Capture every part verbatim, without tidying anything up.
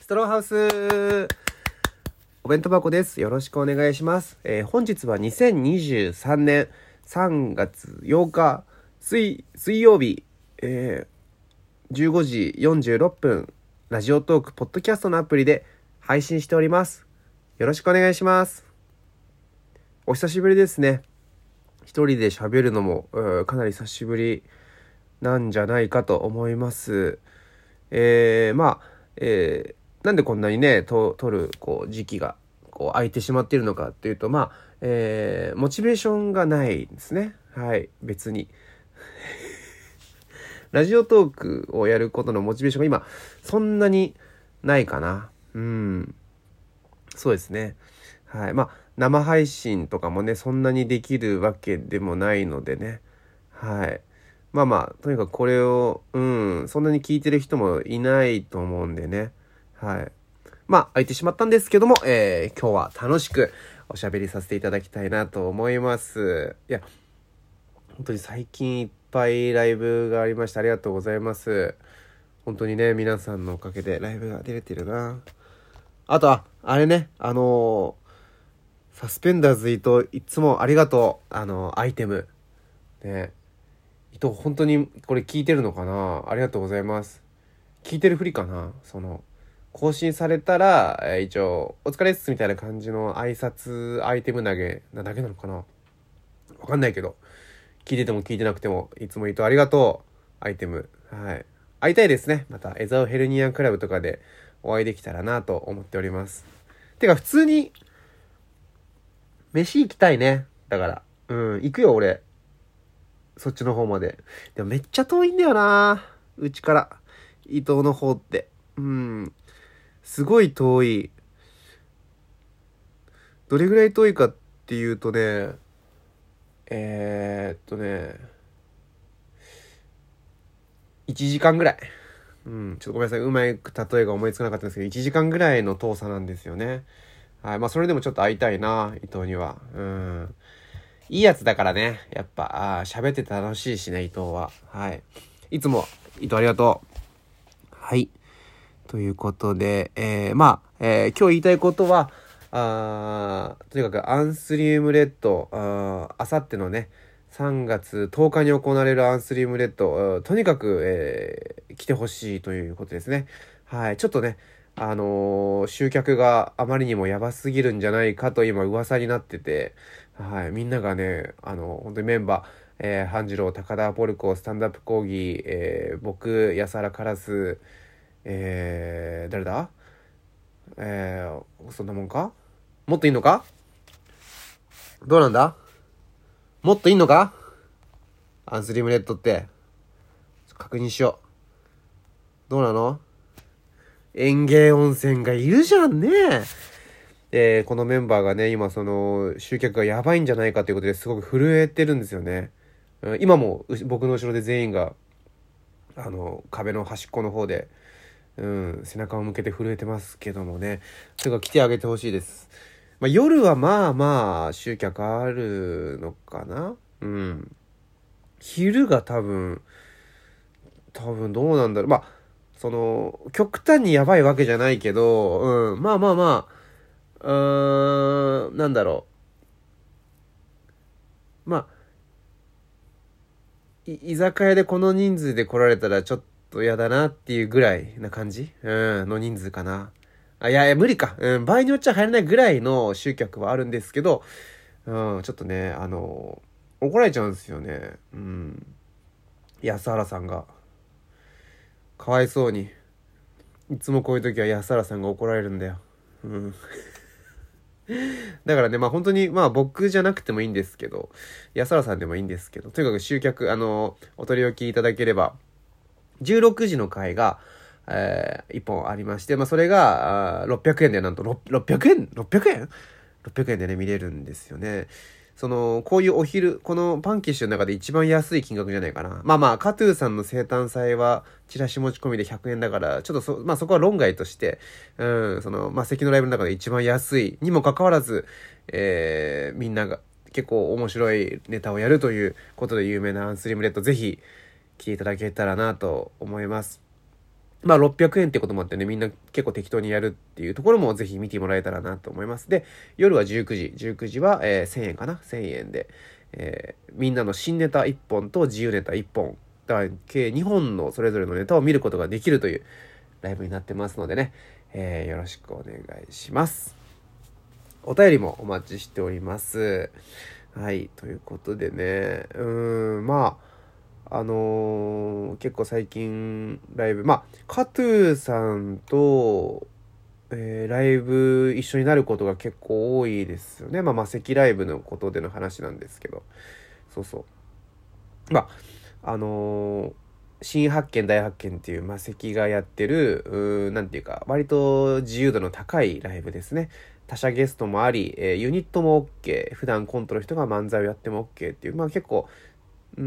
ストローハウスお弁当箱です。よろしくお願いします。えー、本日はにせんにじゅうさんねんさんがつようか水、水曜日、えー、じゅうごじよんじゅうろっぷん、ラジオトークポッドキャストのアプリで配信しております。よろしくお願いします。お久しぶりですね。一人で喋るのもかなり久しぶりなんじゃないかと思います。えー、まあ、えーなんでこんなにね、と撮るこう時期がこう空いてしまっているのかっていうと、まあ、えー、モチベーションがないですね。はい、別に。ラジオトークをやることのモチベーションが今、そんなにないかな。うん。そうですね。はい。まあ、生配信とかもね、そんなにできるわけでもないのでね。はい。まあまあ、とにかくこれを、うん、そんなに聞いてる人もいないと思うんでね。はい。まあ、空いてしまったんですけども、えー、今日は楽しくおしゃべりさせていただきたいなと思います。いや、本当に最近いっぱいライブがありましてありがとうございます。本当にね、皆さんのおかげでライブが出れてるな。あとは、あれね、あのー、サスペンダーズ伊藤、いつもありがとう。あのー、アイテム。ね。伊藤、本当にこれ聞いてるのかな？ありがとうございます。聞いてるふりかな？その、更新されたら、えー、一応、お疲れっすみたいな感じの挨拶アイテム投げなだけなのかな？わかんないけど、聞いてても聞いてなくても、いつも伊藤ありがとう。アイテム。はい。会いたいですね。また、エザオヘルニアンクラブとかでお会いできたらなと思っております。てか、普通に、飯行きたいね。だから。うん、行くよ、俺。そっちの方まで。でもめっちゃ遠いんだよな。うちから。伊東の方って。うん。すごい遠い。どれぐらい遠いかっていうとね、えー、っとね、いちじかんぐらい。うん。ちょっとごめんなさい。うまく例えが思いつかなかったんですけど、いちじかんぐらいの遠さなんですよね。はい。まあ、それでもちょっと会いたいな、伊藤には。うん。いいやつだからね。やっぱ、あ喋ってて楽しいしね、伊藤は。はい。いつも、伊藤ありがとう。はい。ということで、えー、まあ、えー、今日言いたいことは、あとにかくアンスリウムレッド、ああさってのね、さんがつとおかに行われるアンスリウムレッド、とにかく、えー、来てほしいということですね。はい。ちょっとね、あのー、集客があまりにもやばすぎるんじゃないかと今噂になってて、はい。みんながね、あの、本当にメンバー、えー、半次郎、高田ポルコ、スタンダップ講義、えー、僕、安原カラス、えー、誰だえー、そんなもんか？もっといんのか？どうなんだ？もっといんのか？アンスリムレッドって。確認しよう。どうなの？園芸温泉がいるじゃんね。えー、このメンバーがね、今その、集客がやばいんじゃないかということですごく震えてるんですよね。うん、今も僕の後ろで全員が、あの、壁の端っこの方で、うん、背中を向けて震えてますけどもね。それが来てあげてほしいです。まあ、夜はまあまあ集客あるのかな。うん。昼が多分、多分どうなんだろう。まあ、その、極端にやばいわけじゃないけど、うん、まあまあまあ、うーん、なんだろう。まあ、い居酒屋でこの人数で来られたらちょっと嫌だなっていうぐらいな感じ、うん、の人数かな。あ、いやいや、無理か。うん、場合によっちゃ入れないぐらいの集客はあるんですけど、うん、ちょっとね、あの、怒られちゃうんですよね。うん。安原さんが。かわいそうに。いつもこういう時は安原さんが怒られるんだよ。うん。だからね、まあ本当に、まあ僕じゃなくてもいいんですけど、安原さんでもいいんですけど、とにかく集客、あの、お取り置きいただければ、じゅうろくじの回が、えー、いっぽんありまして、まあそれが、あろっぴゃくえんで、なんと、ろっぴゃくえん ?ろっぴゃくえん ?ろっぴゃくえんでね、見れるんですよね。その、こういうお昼、このパンキッシュの中で一番安い金額じゃないかな。まあまあ、カトゥーさんの生誕祭は、チラシ持ち込みでひゃくえんだから、ちょっとそ、まあそこは論外として、うん、その、まあ関のライブの中で一番安いにもかかわらず、えー、みんなが結構面白いネタをやるということで有名なアンスリムレッド、ぜひ、来ていただけたらなと思います。 まあろっぴゃくえんってこともあってね、みんな結構適当にやるっていうところもぜひ見てもらえたらなと思います。で、夜はじゅうくじ。じゅうくじは、えー、せんえんかな ?せん 円で、えー、みんなの新ネタいっぽんと自由ネタいっぽん。だから計にほんのそれぞれのネタを見ることができるというライブになってますのでね、えー、よろしくお願いします。お便りもお待ちしております。はい。ということでね、うーん、まあ、あのー、結構最近ライブ、まあ、カトゥーさんと、えー、ライブ一緒になることが結構多いですよね。まあ、マセキライブのことでの話なんですけど。そうそう。まあ、あのー、新発見大発見っていうマセキがやってる、うーん、なんていうか、割と自由度の高いライブですね。他社ゲストもあり、えー、ユニットも OK、普段コントの人が漫才をやっても OK っていう、まあ結構、うん、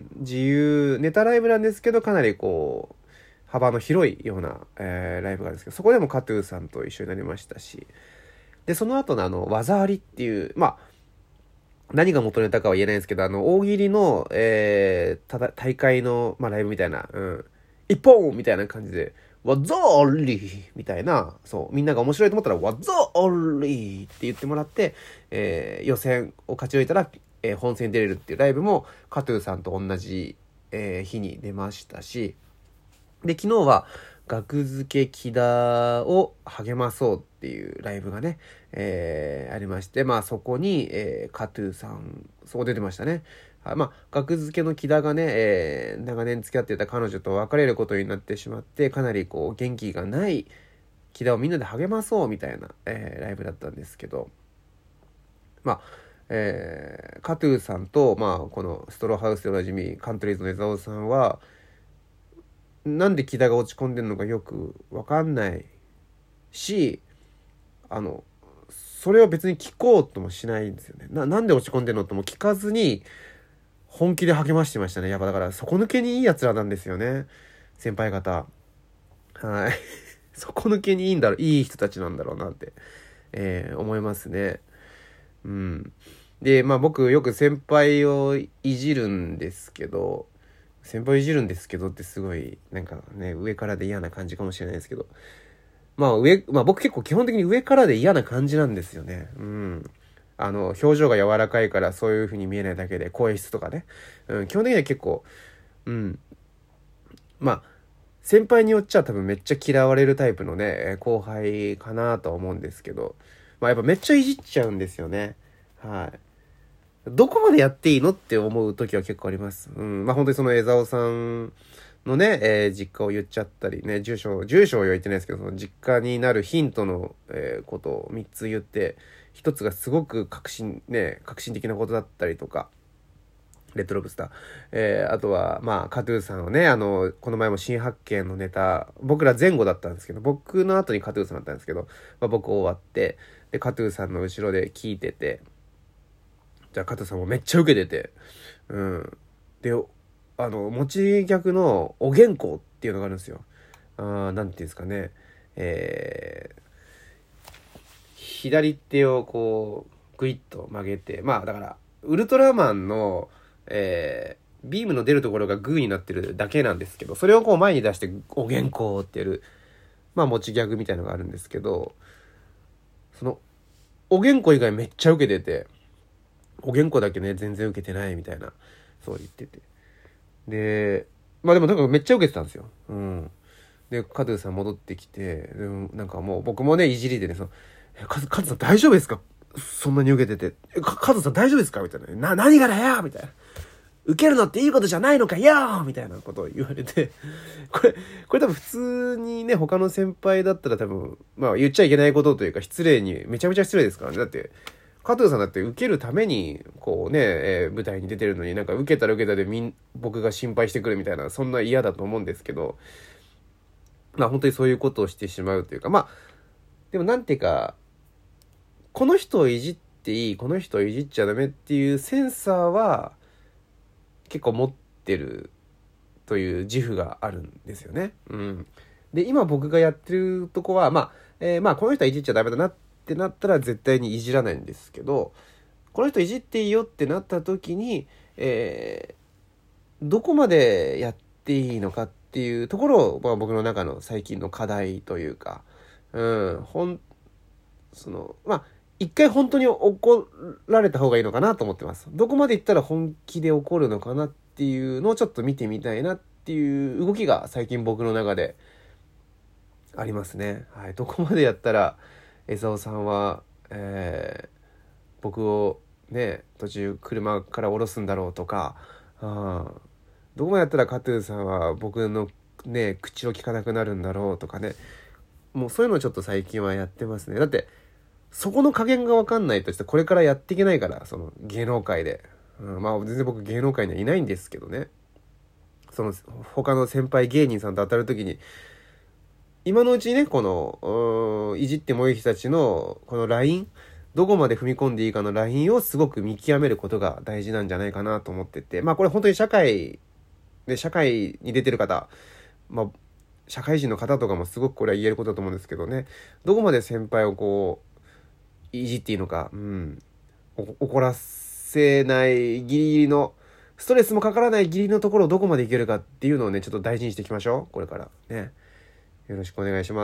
自由、ネタライブなんですけど、かなりこう、幅の広いような、えー、ライブがあるんですけど、そこでもカトゥーさんと一緒になりましたし、で、その後のあの、技ありっていう、まあ、何が元ネタかは言えないんですけど、あの、大喜利の、えー、ただ、大会の、まあ、ライブみたいな、うん、一本みたいな感じで、わざーりーみたいな、そう、みんなが面白いと思ったら、わざーりーって言ってもらって、えー、予選を勝ち抜いたら、えー、本戦に出れるっていうライブも、カトゥーさんと同じ、えー、日に出ましたし、で、昨日は、学付け木田を励まそうっていうライブがね、えー、ありまして、まあそこに、えー、カトゥーさん、そこ出てましたね。はい、まあ、学付けの木田がね、えー、長年付き合っていた彼女と別れることになってしまって、かなりこう、元気がない木田をみんなで励まそうみたいな、えー、ライブだったんですけど、まあ、えー、カトゥーさんと、まあ、このストローハウスでおなじみ、カントリーズの江澤さんは、なんで木田が落ち込んでるのかよくわかんないし、あの、それを別に聞こうともしないんですよね。な、なんで落ち込んでるのとも聞かずに、本気で励ましてましたね。やっぱだから、底抜けにいい奴らなんですよね。先輩方。はい。底抜けにいいんだろう、いい人たちなんだろうなって、えー、思いますね。うん。で、まあ僕よく先輩をいじるんですけど、先輩いじるんですけどってすごいなんかね上からで嫌な感じかもしれないですけど、まあ上まあ僕結構基本的に上からで嫌な感じなんですよね。うん。あの表情が柔らかいからそういう風に見えないだけで声質とかね、うん、基本的には結構、うん、まあ先輩によっちゃ多分めっちゃ嫌われるタイプのね後輩かなとは思うんですけど、まあやっぱめっちゃいじっちゃうんですよね。はい。どこまでやっていいのって思う時は結構あります。うん。まあ本当にその江沢さんのね、えー、実家を言っちゃったりね、住所、住所を言ってないですけど、その実家になるヒントの、えー、ことをみっつ言って、ひとつがすごく革新、ね、革新的なことだったりとか、レッドロブスター。えー、あとは、まあ、カトゥーさんをね、あの、この前も新発見のネタ、僕ら前後だったんですけど、僕の後にカトゥーさんだったんですけど、まあ、僕終わって、で、カトゥーさんの後ろで聞いてて、じゃあ加藤さんもめっちゃ受けてて、うん。で、あの、持ち逆のお原稿っていうのがあるんですよ。あー、なんていうんですかね。えー、左手をこう、グイッと曲げて、まあだから、ウルトラマンの、えー、ビームの出るところがグーになってるだけなんですけど、それをこう前に出して、お原稿ってやる、まあ持ちギャグみたいのがあるんですけど、その、お原稿以外めっちゃ受けてて、お原稿だけね、全然受けてないみたいな、そう言ってて。で、まあでもなんかめっちゃ受けてたんですよ。うん。で、カズさん戻ってきて、でもなんかもう僕もね、いじりでね、その、え、カズ、カズさん大丈夫ですか、そんなに受けてて。え、カカズさん大丈夫ですかみたいな。な、何がだよみたいな。受けるのっていいことじゃないのかよみたいなことを言われて、これ、これ多分普通にね、他の先輩だったら多分、まあ言っちゃいけないことというか失礼に、めちゃめちゃ失礼ですからね。だって、加藤さんだって受けるために、こうね、えー、舞台に出てるのになんか受けたら受けたでみん、僕が心配してくるみたいな、そんな嫌だと思うんですけど、まあ本当にそういうことをしてしまうというか、まあ、でもなんていうか、この人をいじっていい、この人をいじっちゃダメっていうセンサーは結構持ってるという自負があるんですよね。うん。で、今僕がやってるとこは、まあ、えー、まあこの人はいじっちゃダメだなってなったら絶対にいじらないんですけど、この人いじっていいよってなった時に、えー、どこまでやっていいのかってっていうところを、まあ、僕の中の最近の課題というか、うん、ほん、その、まあ、一回本当に怒られた方がいいのかなと思ってます。どこまで行ったら本気で怒るのかなっていうのをちょっと見てみたいなっていう動きが最近僕の中でありますね。はい。どこまでやったら、江澤さんは、えー、僕をね、途中車から降ろすんだろうとか、あどこまでやったらカトゥーさんは僕のね、口を聞かなくなるんだろうとかね。もうそういうのをちょっと最近はやってますね。だって、そこの加減がわかんないとして、これからやっていけないから、その芸能界で。うん、まあ全然僕芸能界にはいないんですけどね。その他の先輩芸人さんと当たるときに、今のうちにね、この、いじってもいい人たちの、このライン、どこまで踏み込んでいいかのラインをすごく見極めることが大事なんじゃないかなと思ってて、まあこれ本当に社会、で、社会に出てる方、まあ、社会人の方とかもすごくこれは言えることだと思うんですけどね、どこまで先輩をこう、いじっていいのか、うん、怒らせないギリギリの、ストレスもかからないギリギリのところをどこまでいけるかっていうのをね、ちょっと大事にしていきましょう。これから。ね。よろしくお願いします。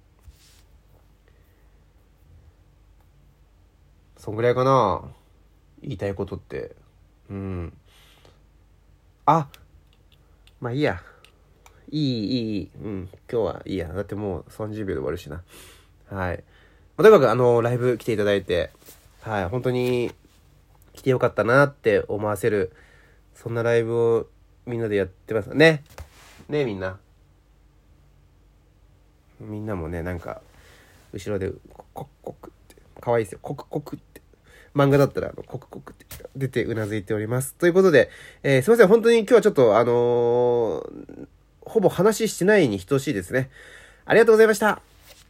そんぐらいかな。言いたいことって。うん。あ、まあいいや。いい、いい、いい。うん。今日はいいや。だってもうさんじゅうびょうで終わるしな。はい。とにかくあの、ライブ来ていただいて、はい。本当に来てよかったなって思わせる、そんなライブをみんなでやってますね。ね、みんな。みんなもね、なんか、後ろで、コクコクって、かわいいですよ。コクコクって。漫画だったら、あの、コクコクって出てうなずいております。ということで、えー、すいません。本当に今日はちょっと、あのー、ほぼ話してないに等しいですね。ありがとうございました。